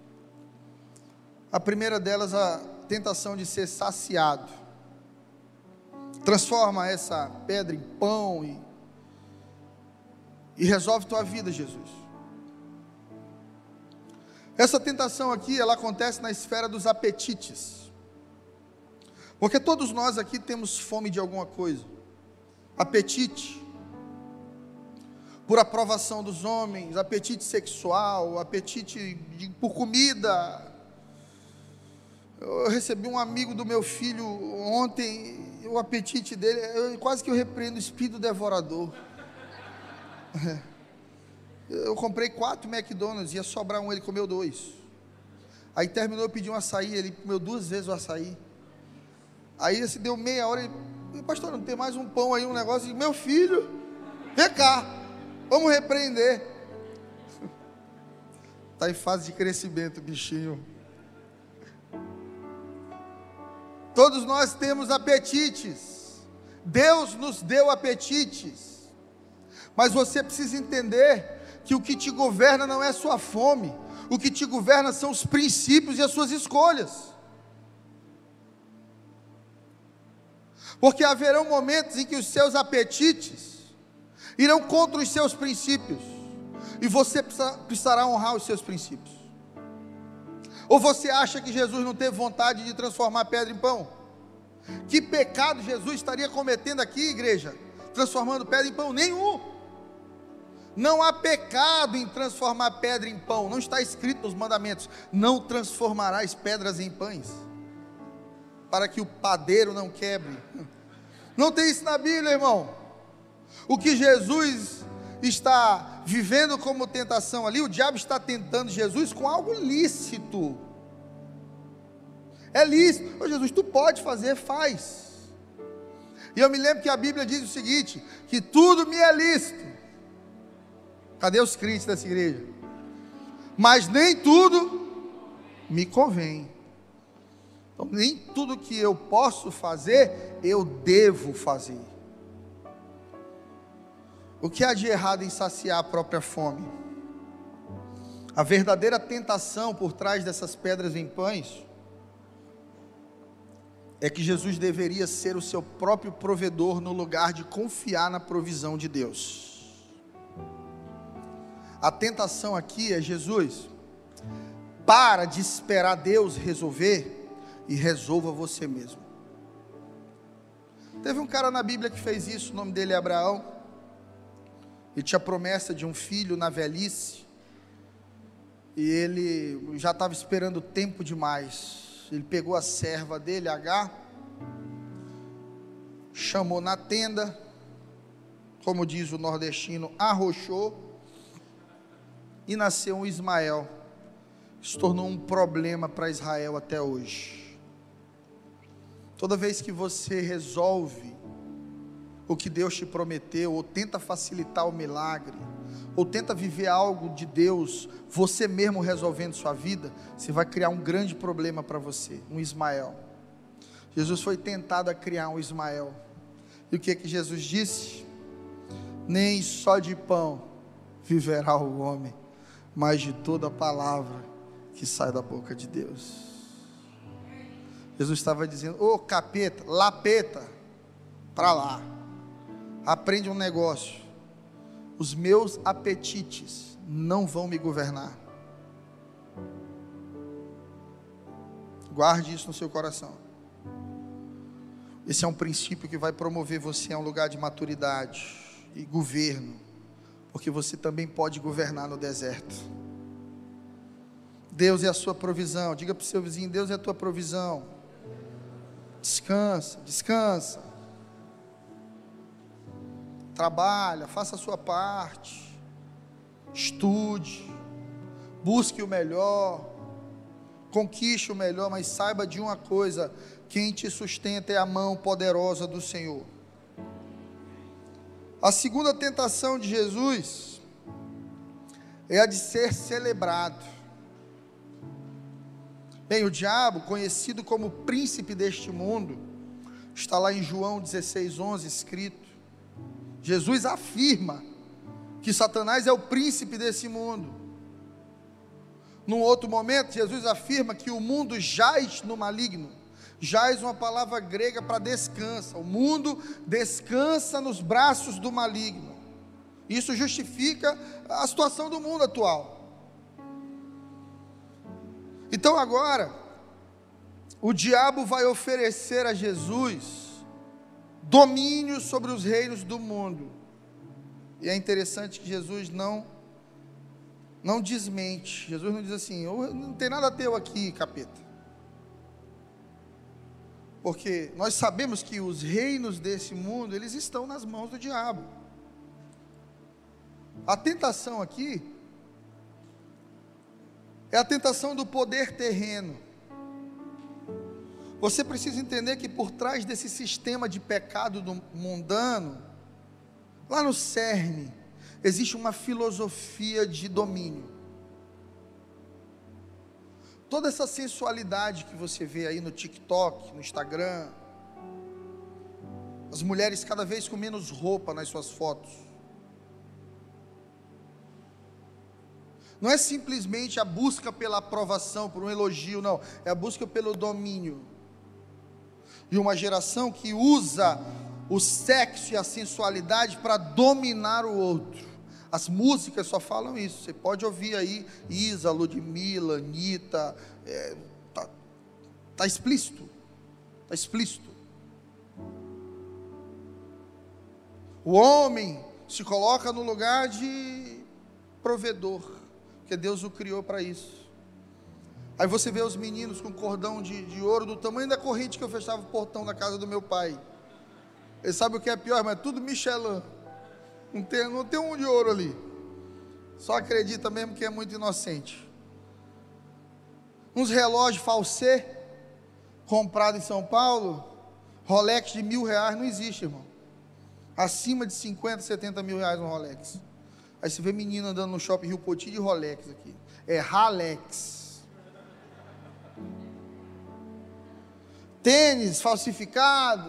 A primeira delas, a tentação de ser saciado. Transforma essa pedra em pão e, e resolve tua vida, Jesus. Essa tentação aqui, ela acontece na esfera dos apetites. Porque todos nós aqui temos fome de alguma coisa. Apetite por aprovação dos homens, apetite sexual, apetite de, por comida. Eu recebi um amigo do meu filho ontem, o apetite dele, eu, quase que eu repreendo o espírito devorador. Eu comprei quatro McDonald's, ia sobrar um, ele comeu dois. Aí terminou, eu pedi um açaí, ele comeu duas vezes o açaí. Aí se deu meia hora, ele, pastor, não tem mais um pão aí, um negócio, meu filho, vem cá, vamos repreender. Está em fase de crescimento, bichinho. Todos nós temos apetites, Deus nos deu apetites, mas você precisa entender que o que te governa não é sua fome, o que te governa são os princípios e as suas escolhas. Porque haverão momentos em que os seus apetites irão contra os seus princípios, e você precisará honrar os seus princípios. Ou você acha que Jesus não teve vontade de transformar pedra em pão? Que pecado Jesus estaria cometendo aqui, igreja? Transformando pedra em pão? Nenhum. Não há pecado em transformar pedra em pão. Não está escrito nos mandamentos: não transformarás pedras em pães, para que o padeiro não quebre. Não tem isso na Bíblia, irmão. O que Jesus está vivendo como tentação ali, o diabo está tentando Jesus com algo lícito. É lícito. Ô Jesus, tu pode fazer, faz. E eu me lembro que a Bíblia diz o seguinte, que tudo me é lícito. Cadê os crentes dessa igreja? Mas nem tudo me convém. Então, nem tudo que eu posso fazer, eu devo fazer. O que há de errado em saciar a própria fome? A verdadeira tentação por trás dessas pedras em pães é que Jesus deveria ser o seu próprio provedor, no lugar de confiar na provisão de Deus. A tentação aqui é: Jesus, para de esperar Deus resolver e resolva você mesmo. Teve um cara na Bíblia que fez isso, o nome dele é Abraão. Ele tinha promessa de um filho na velhice, e ele já estava esperando tempo demais. Ele pegou a serva dele, Agar, chamou na tenda, como diz o nordestino, arrochou, e nasceu um Ismael, que se tornou um problema para Israel até hoje. Toda vez que você resolve o que Deus te prometeu, ou tenta facilitar o milagre, ou tenta viver algo de Deus, você mesmo resolvendo sua vida, você vai criar um grande problema para você, um Ismael. Jesus foi tentado a criar um Ismael, e o que é que Jesus disse? Nem só de pão viverá o homem, mas de toda a palavra que sai da boca de Deus. Jesus estava dizendo: ô capeta, lapeta, para lá, aprende um negócio, os meus apetites não vão me governar. Guarde isso no seu coração. Esse é um princípio que vai promover você a um lugar de maturidade e governo, porque você também pode governar no deserto. Deus é a sua provisão. Diga para o seu vizinho: Deus é a tua provisão. Descansa, descansa. Trabalha, faça a sua parte, estude, busque o melhor, conquiste o melhor, mas saiba de uma coisa: quem te sustenta é a mão poderosa do Senhor. A segunda tentação de Jesus é a de ser celebrado. Bem, o diabo, conhecido como príncipe deste mundo, está lá em João dezesseis, onze escrito. Jesus afirma que Satanás é o príncipe desse mundo. Num outro momento, Jesus afirma que o mundo jaz no maligno. Jaz é uma palavra grega para descansa. O mundo descansa nos braços do maligno. Isso justifica a situação do mundo atual. Então agora, o diabo vai oferecer a Jesus domínio sobre os reinos do mundo. E é interessante que Jesus não, não desmente. Jesus não diz assim, não tem nada teu aqui, capeta. Porque nós sabemos que os reinos desse mundo, eles estão nas mãos do diabo. A tentação aqui é a tentação do poder terreno. Você precisa entender que por trás desse sistema de pecado do mundano, lá no cerne, existe uma filosofia de domínio. Toda essa sensualidade que você vê aí no TikTok, no Instagram, as mulheres cada vez com menos roupa nas suas fotos, não é simplesmente a busca pela aprovação, por um elogio, não, é a busca pelo domínio. E uma geração que usa o sexo e a sensualidade para dominar o outro. As músicas só falam isso. Você pode ouvir aí Isa, Ludmilla, Anitta, é, tá, tá explícito, tá explícito. O homem se coloca no lugar de provedor, porque Deus o criou para isso. Aí você vê os meninos com cordão de, de ouro do tamanho da corrente que eu fechava o portão da casa do meu pai. Ele sabe o que é pior, mas é tudo Michelin. Não tem, não tem um de ouro ali. Só acredita mesmo que é muito inocente. Uns relógios falsê, comprado em São Paulo, Rolex de mil reais, não existe, irmão. Acima de cinquenta, setenta mil reais um Rolex. Aí você vê menino andando no shopping Rio Poti de Rolex aqui. É Rolex. Tênis falsificado,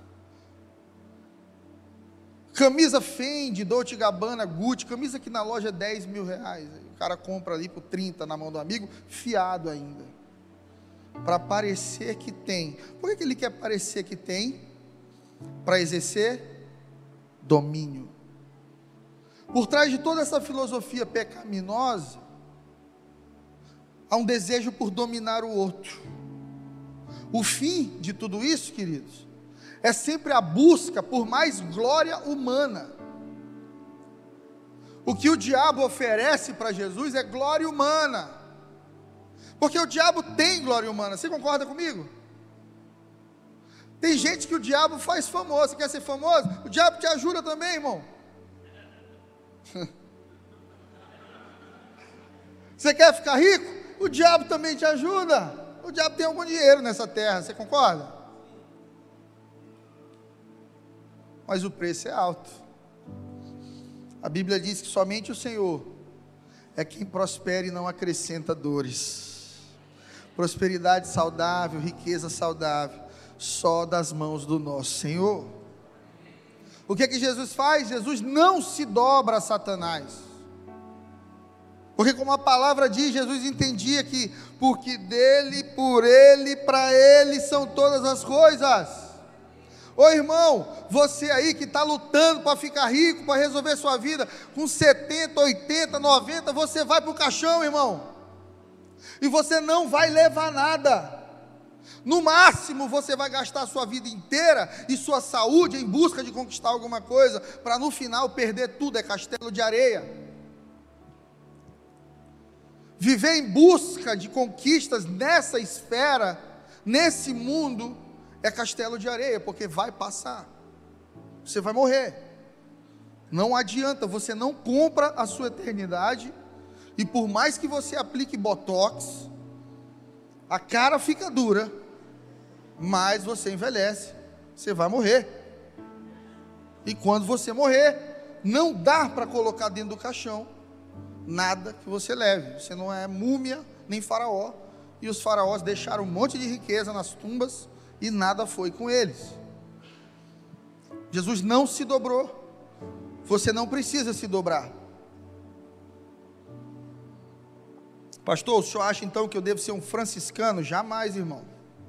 camisa Fendi, Dolce and Gabbana, Gucci, camisa que na loja é dez mil reais, o cara compra ali por trinta na mão do amigo, fiado ainda, para parecer que tem. Por que que ele quer parecer que tem? Para exercer domínio. Por trás de toda essa filosofia pecaminosa, há um desejo por dominar o outro. O fim de tudo isso, queridos, é sempre a busca por mais glória humana. O que o diabo oferece para Jesus é glória humana, porque o diabo tem glória humana. Você concorda comigo? Tem gente que o diabo faz famoso. Você quer ser famoso? O diabo te ajuda também, irmão. Você quer ficar rico? O diabo também te ajuda. O diabo tem algum dinheiro nessa terra, você concorda? Mas o preço é alto. A Bíblia diz que somente o Senhor é quem prospera e não acrescenta dores. Prosperidade saudável, riqueza saudável, só das mãos do nosso Senhor. O que é que Jesus faz? Jesus não se dobra a Satanás. Porque como a palavra diz, Jesus entendia que, porque dele, por ele, para ele são todas as coisas. Ô irmão, você aí que está lutando para ficar rico, para resolver sua vida, com setenta, oitenta, noventa, você vai para o caixão, irmão, e você não vai levar nada. No máximo você vai gastar a sua vida inteira e sua saúde em busca de conquistar alguma coisa, para no final perder tudo, é castelo de areia. Viver em busca de conquistas nessa esfera, nesse mundo, é castelo de areia, porque vai passar, você vai morrer. Não adianta, você não compra a sua eternidade, e por mais que você aplique botox, a cara fica dura, mas você envelhece, você vai morrer. E quando você morrer, não dá para colocar dentro do caixão nada que você leve. Você não é múmia nem faraó, e os faraós deixaram um monte de riqueza nas tumbas e nada foi com eles. Jesus não se dobrou. Você não precisa se dobrar. Pastor, o senhor acha então que eu devo ser um franciscano? Jamais, irmão.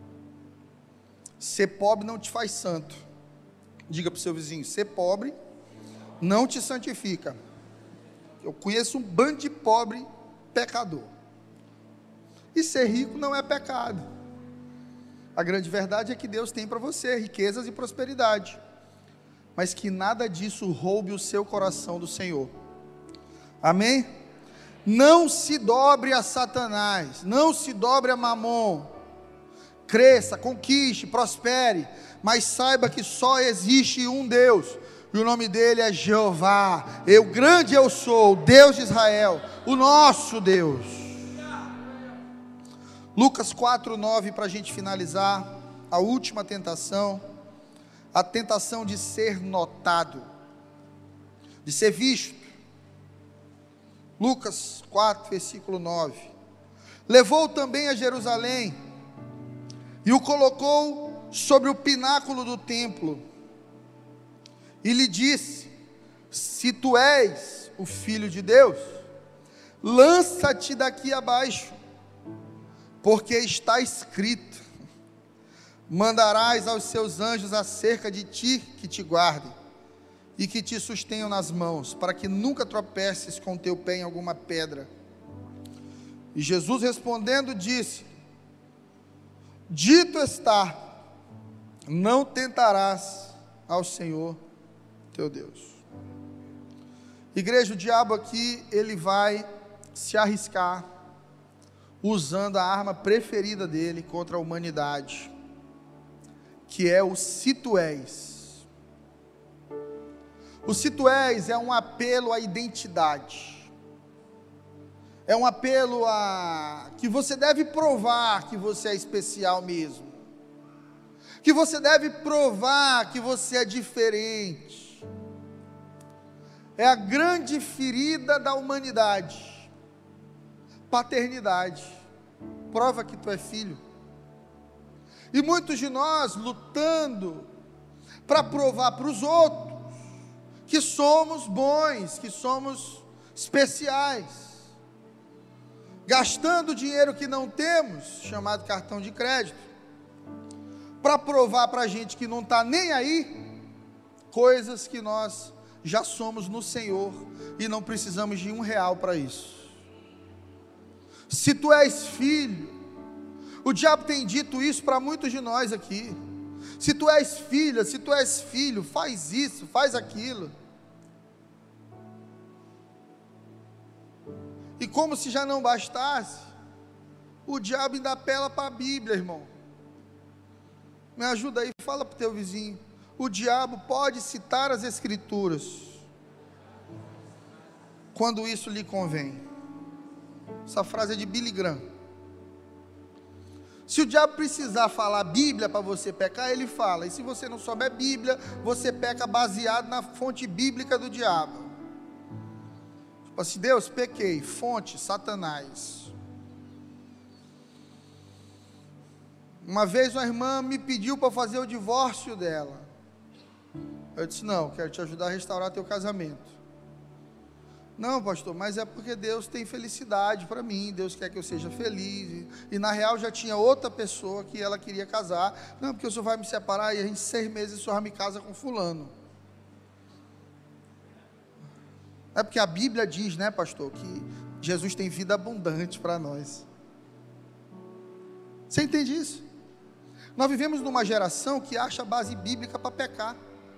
Ser pobre não te faz santo. Diga para o seu vizinho: ser pobre não te santifica. Eu conheço um bando de pobre pecador. E ser rico não é pecado. A grande verdade é que Deus tem para você riquezas e prosperidade, mas que nada disso roube o seu coração do Senhor. Amém? Não se dobre a Satanás, não se dobre a Mamon. Cresça, conquiste, prospere, mas saiba que só existe um Deus, e o nome dele é Jeová. Eu grande eu sou, o Deus de Israel, o nosso Deus. Lucas quatro, nove, para a gente finalizar, a última tentação, a tentação de ser notado, de ser visto. Lucas quatro, versículo nove. Levou também a Jerusalém, e o colocou sobre o pináculo do templo, e lhe disse: se tu és o Filho de Deus, lança-te daqui abaixo, porque está escrito: mandarás aos seus anjos acerca de ti que te guardem, e que te sustenham nas mãos, para que nunca tropeces com o teu pé em alguma pedra. E Jesus respondendo disse: dito está, não tentarás ao Senhor teu Deus. Igreja, o diabo aqui, ele vai se arriscar, usando a arma preferida dele contra a humanidade, que é o se tu és. O se tu és é um apelo à identidade, é um apelo a que você deve provar que você é especial mesmo, que você deve provar que você é diferente. É a grande ferida da humanidade, paternidade. Prova que tu é filho. E muitos de nós lutando para provar para os outros que somos bons, que somos especiais, gastando dinheiro que não temos, chamado cartão de crédito, para provar para a gente que não está nem aí, coisas que nós já somos no Senhor, e não precisamos de um real para isso. Se tu és filho, o diabo tem dito isso para muitos de nós aqui: se tu és filha, se tu és filho, faz isso, faz aquilo. E como se já não bastasse, o diabo ainda apela para a Bíblia, irmão. Me ajuda aí, fala para o teu vizinho: o diabo pode citar as Escrituras quando isso lhe convém. Essa frase é de Billy Graham. Se o diabo precisar falar Bíblia para você pecar, ele fala. E se você não souber Bíblia, você peca baseado na fonte bíblica do diabo. Tipo assim: Deus, pequei, fonte, Satanás. Uma vez uma irmã me pediu para fazer o divórcio dela. Eu disse: não, quero te ajudar a restaurar teu casamento. Não, pastor, mas é porque Deus tem felicidade para mim, Deus quer que eu seja feliz, e, e na real já tinha outra pessoa que ela queria casar. Não, porque o senhor vai me separar, e a gente, seis meses, o senhor vai me casa com fulano. É porque a Bíblia diz, né, pastor, que Jesus tem vida abundante para nós. Você entende isso? Nós vivemos numa geração que acha base bíblica para pecar.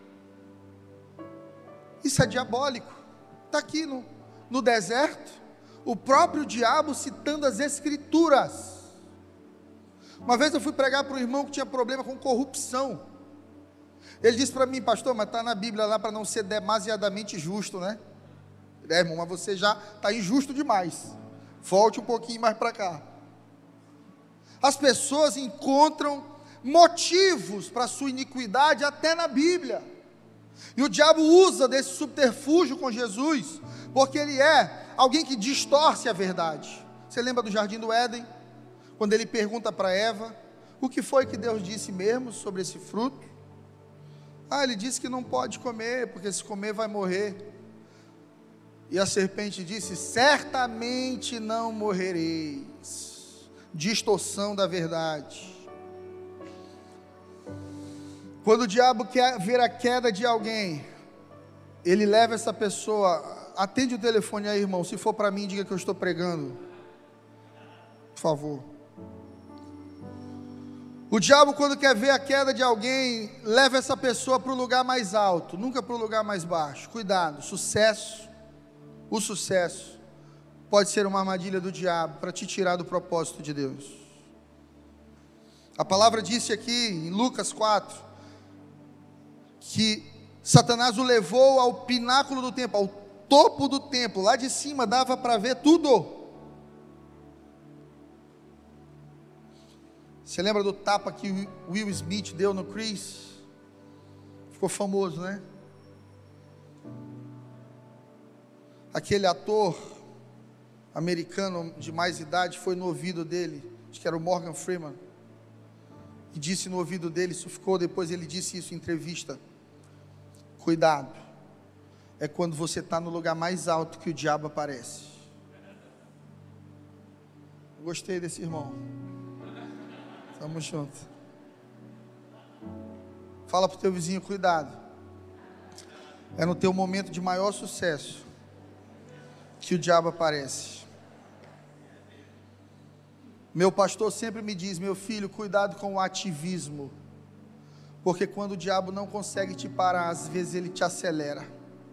Isso é diabólico. Está aqui no, no deserto, o próprio diabo citando as Escrituras. Uma vez eu fui pregar para um irmão que tinha problema com corrupção. Ele disse para mim: pastor, mas está na Bíblia lá para não ser demasiadamente justo, né? É, irmão, mas você já está injusto demais. Volte um pouquinho mais para cá. As pessoas encontram motivos para a sua iniquidade até na Bíblia. E o diabo usa desse subterfúgio com Jesus, porque ele é alguém que distorce a verdade. Você lembra do jardim do Éden? Quando ele pergunta para Eva: o que foi que Deus disse mesmo sobre esse fruto? Ah, ele disse que não pode comer, porque se comer vai morrer. E a serpente disse: certamente não morrereis. Distorção da verdade. Quando o diabo quer ver a queda de alguém, ele leva essa pessoa. Atende o telefone aí, irmão. Se for para mim, diga que eu estou pregando, por favor. O diabo, quando quer ver a queda de alguém, leva essa pessoa para o lugar mais alto, nunca para o lugar mais baixo. Cuidado, sucesso, o sucesso pode ser uma armadilha do diabo para te tirar do propósito de Deus. A palavra disse aqui em Lucas quatro, que Satanás o levou ao pináculo do templo, ao topo do templo, lá de cima dava para ver tudo. Você lembra do tapa que Will Smith deu no Chris? Ficou famoso, né? Aquele ator americano de mais idade foi no ouvido dele, acho que era o Morgan Freeman, e disse no ouvido dele, isso ficou, depois ele disse isso em entrevista: cuidado, é quando você está no lugar mais alto que o diabo aparece. Eu gostei desse irmão. Tamo junto. Fala para o teu vizinho: cuidado, é no teu momento de maior sucesso que o diabo aparece. Meu pastor sempre me diz: meu filho, cuidado com o ativismo, porque quando o diabo não consegue te parar, às vezes ele te acelera.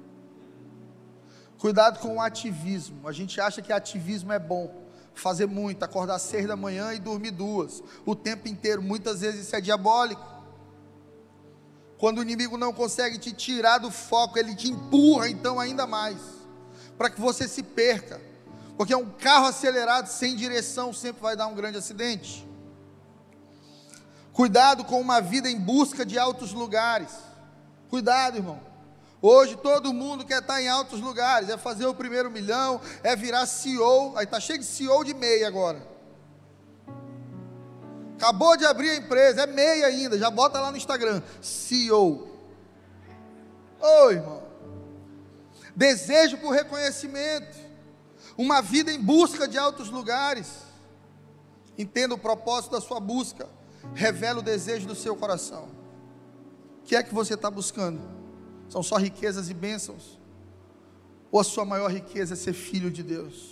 Cuidado com o ativismo. A gente acha que ativismo é bom, fazer muito, acordar às seis da manhã e dormir duas, o tempo inteiro. Muitas vezes isso é diabólico. Quando o inimigo não consegue te tirar do foco, ele te empurra então ainda mais, para que você se perca, porque um carro acelerado sem direção sempre vai dar um grande acidente. Cuidado com uma vida em busca de altos lugares. Cuidado, irmão. Hoje todo mundo quer estar em altos lugares, é fazer o primeiro milhão, é virar C E O, aí está cheio de C E O de MEI agora. Acabou de abrir a empresa, é MEI ainda, já bota lá no Instagram, C E O. Ô irmão, desejo por reconhecimento, uma vida em busca de altos lugares. Entenda o propósito da sua busca, revela o desejo do seu coração. O que é que você está buscando? São só riquezas e bênçãos? Ou a sua maior riqueza é ser filho de Deus?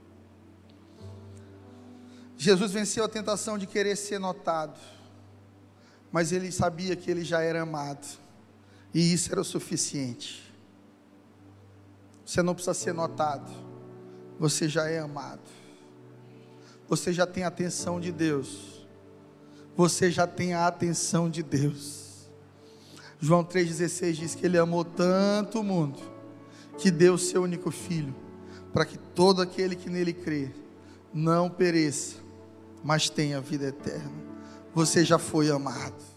Jesus venceu a tentação de querer ser notado, mas ele sabia que ele já era amado, e isso era o suficiente. Você não precisa ser notado, você já é amado, você já tem a atenção de Deus, você já tem a atenção de Deus. João três dezesseis diz que ele amou tanto o mundo, que deu o seu único filho, para que todo aquele que nele crê, não pereça, mas tenha vida eterna. Você já foi amado.